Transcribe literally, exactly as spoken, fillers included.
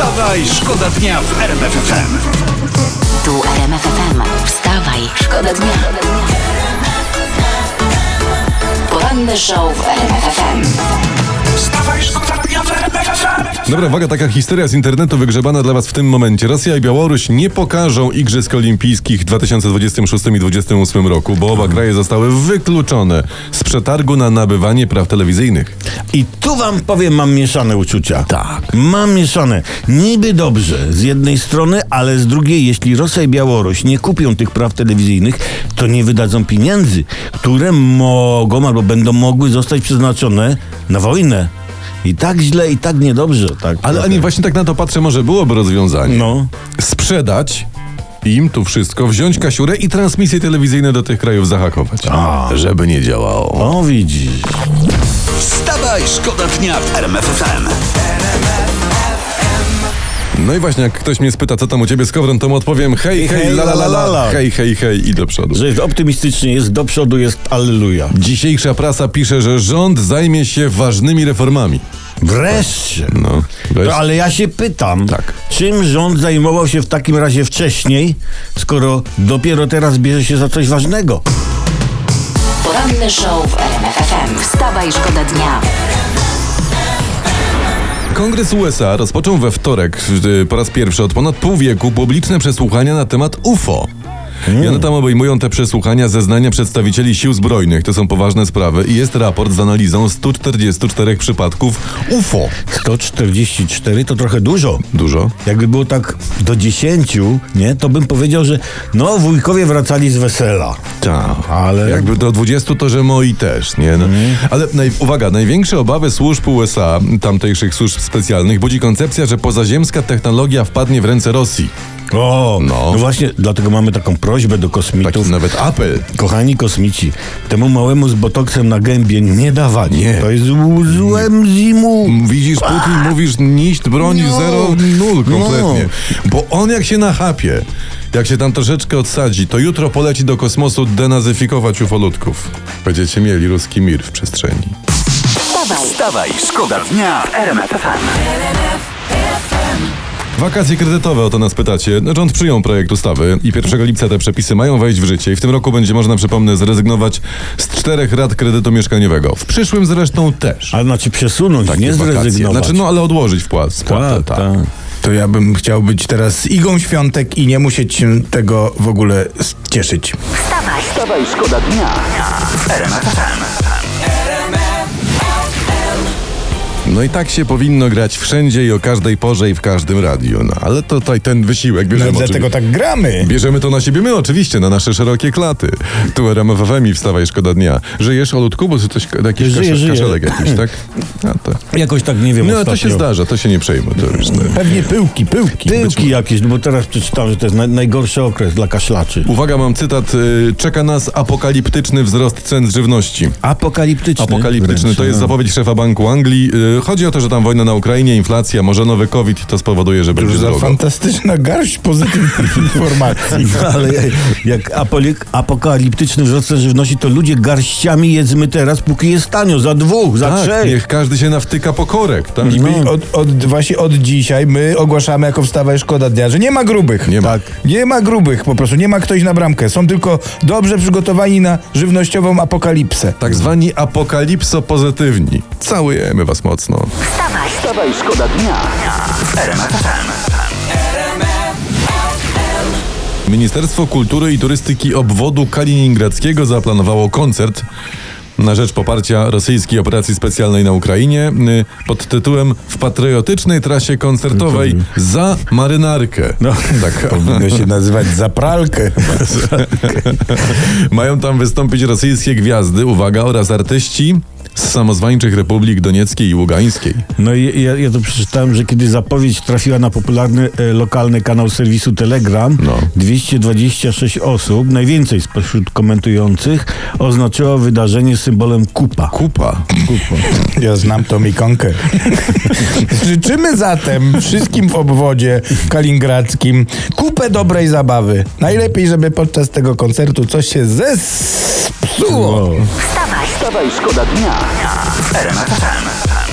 Wstawaj, szkoda dnia w R M F F M. Tu R M F F M. Wstawaj, szkoda dnia. Poranny show w R M F F M. Wstawaj, szkoda dnia w R M F F M. Dobra, uwaga, taka historia z internetu wygrzebana dla was w tym momencie. Rosja i Białoruś nie pokażą Igrzysk Olimpijskich w dwa tysiące dwudziestym szóstym i dwa tysiące dwudziestym ósmym roku, bo oba kraje zostały wykluczone z przetargu na nabywanie praw telewizyjnych. I tu wam powiem, mam mieszane uczucia. Tak. Mam mieszane. Niby dobrze z jednej strony, ale z drugiej, jeśli Rosja i Białoruś nie kupią tych praw telewizyjnych, to nie wydadzą pieniędzy, które mogą albo będą mogły zostać przeznaczone na wojnę. I tak źle, i tak niedobrze. Tak, Ale trochę. ani właśnie tak na to patrzę, może byłoby rozwiązanie. No. Sprzedać im tu wszystko, wziąć kasiurę i transmisje telewizyjne do tych krajów zahakować. A. Żeby nie działało. O, widzisz. Wstawaj, szkoda dnia w R M F F M. No i właśnie, jak ktoś mnie spyta, co tam u ciebie z Kowrem, to mu odpowiem hej, hej, la la la la, hej, hej, hej i do przodu. Że jest optymistycznie, jest do przodu, jest alleluja. Dzisiejsza prasa pisze, że rząd zajmie się ważnymi reformami. Wreszcie. No, weź. No, ale ja się pytam, Tak. czym rząd zajmował się w takim razie wcześniej, skoro dopiero teraz bierze się za coś ważnego? Poranny show w R M F F M. Wstawaj, szkoda dnia. Kongres U S A rozpoczął we wtorek y, po raz pierwszy od ponad pół wieku publiczne przesłuchania na temat U F O. I one tam obejmują te przesłuchania zeznania przedstawicieli sił zbrojnych. To są poważne sprawy i jest raport z analizą stu czterdziestu czterech przypadków U F O. sto czterdzieści cztery to trochę dużo. Dużo? Jakby było tak do dziesięciu, nie, to bym powiedział, że no wujkowie wracali z wesela. Tak. Ale- Jakby do dwudziestu to, że moi też, nie? No. Ale naj, uwaga, największe obawy służb U S A, tamtejszych służb specjalnych, budzi koncepcja, że pozaziemska technologia wpadnie w ręce Rosji. O, No. no, właśnie, dlatego mamy taką prośbę do Taki kosmitów. nawet apel. Kochani kosmici, temu małemu z botoksem na gębie nie dawać. Nie. To jest złem zimu. Widzisz, Putin, mówisz niść broni No. zero, nul kompletnie. Bo on jak się nachapie, jak się tam troszeczkę odsadzi, to jutro poleci do kosmosu denazyfikować ufolutków. Będziecie mieli ruski mir w przestrzeni. Wstawaj. Wstawaj, szkoda dnia w R M F F M. Wakacje kredytowe, o to nas pytacie. Rząd przyjął projekt ustawy i pierwszego lipca te przepisy mają wejść w życie i w tym roku będzie można, przypomnę, zrezygnować z czterech rat kredytu mieszkaniowego. W przyszłym zresztą też. A znaczy przesunąć, nie Wakacje. zrezygnować. Znaczy, no ale odłożyć wpłat. spłatę, tak, tak. To ja bym chciał być teraz Igą Świątek i nie musieć się tego w ogóle s- cieszyć. Wstawaj. Wstawaj, szkoda dnia w R M F F M. No i tak się powinno grać wszędzie i o każdej porze i w każdym radiu. No ale to tutaj ten wysiłek No, bierzemy. dlatego oczywi- tak gramy. Bierzemy to na siebie my oczywiście, na nasze szerokie klaty. Tu R M F F M i wstawaj, szkoda dnia. Żyjesz, Olutku? Bo ty coś, jakiś Żyję, kaszel, żyję. kaszelek jakiś, tak? A to. Jakoś tak nie wiem. No to ostatnio. się zdarza, to się nie przejmuj. To już, no. Pewnie pyłki, pyłki. Tyłki jakieś, no bo teraz przeczytałem, że to jest naj, najgorszy okres dla kaszlaczy. Uwaga, mam cytat. y, Czeka nas apokaliptyczny wzrost cen żywności. Apokaliptyczny. Apokaliptyczny, wręcz, to jest no. zapowiedź szefa Banku Anglii. Y, Chodzi o to, że tam wojna na Ukrainie, inflacja, może nowy COVID, to spowoduje, że będzie Już za drogo. fantastyczna garść pozytywnych informacji. No, ale jak apolik, apokaliptyczny wzrost cen żywności, to ludzie garściami jedzmy teraz, póki jest tanio, za dwóch, za Tak, trzech. niech każdy się nawtyka po korek, tak? I my od, od, właśnie od dzisiaj my ogłaszamy jako Wstawaj Szkoda Dnia, że nie ma grubych. Nie ma. Tak. Nie ma grubych po prostu, nie ma ktoś na bramkę. Są tylko dobrze przygotowani na żywnościową apokalipsę. Tak zwani apokalipsopozytywni. Całujemy was mocno. Wstawaj. Wstawaj, szkoda dnia w R M F F M. Ministerstwo Kultury i Turystyki Obwodu Kaliningradzkiego zaplanowało koncert na rzecz poparcia rosyjskiej operacji specjalnej na Ukrainie y, pod tytułem W patriotycznej trasie koncertowej za marynarkę. No. Tak. Powinno się nazywać zapralkę. Mają tam wystąpić rosyjskie gwiazdy, uwaga, oraz artyści z samozwańczych Republik Donieckiej i Ługańskiej. No i ja, ja to przeczytałem, że kiedy zapowiedź trafiła na popularny e, lokalny kanał serwisu Telegram, No. dwieście dwadzieścia sześć osób, najwięcej spośród komentujących, oznaczyło wydarzenie symbolem kupa. Kupa. Kupa. Ja znam tą ikonkę. Życzymy zatem wszystkim w obwodzie kaliningradzkim kupę dobrej zabawy. Najlepiej, żeby podczas tego koncertu coś się zepsuło. O. Wstawaj. Wstawaj, szkoda dnia w R M F F M.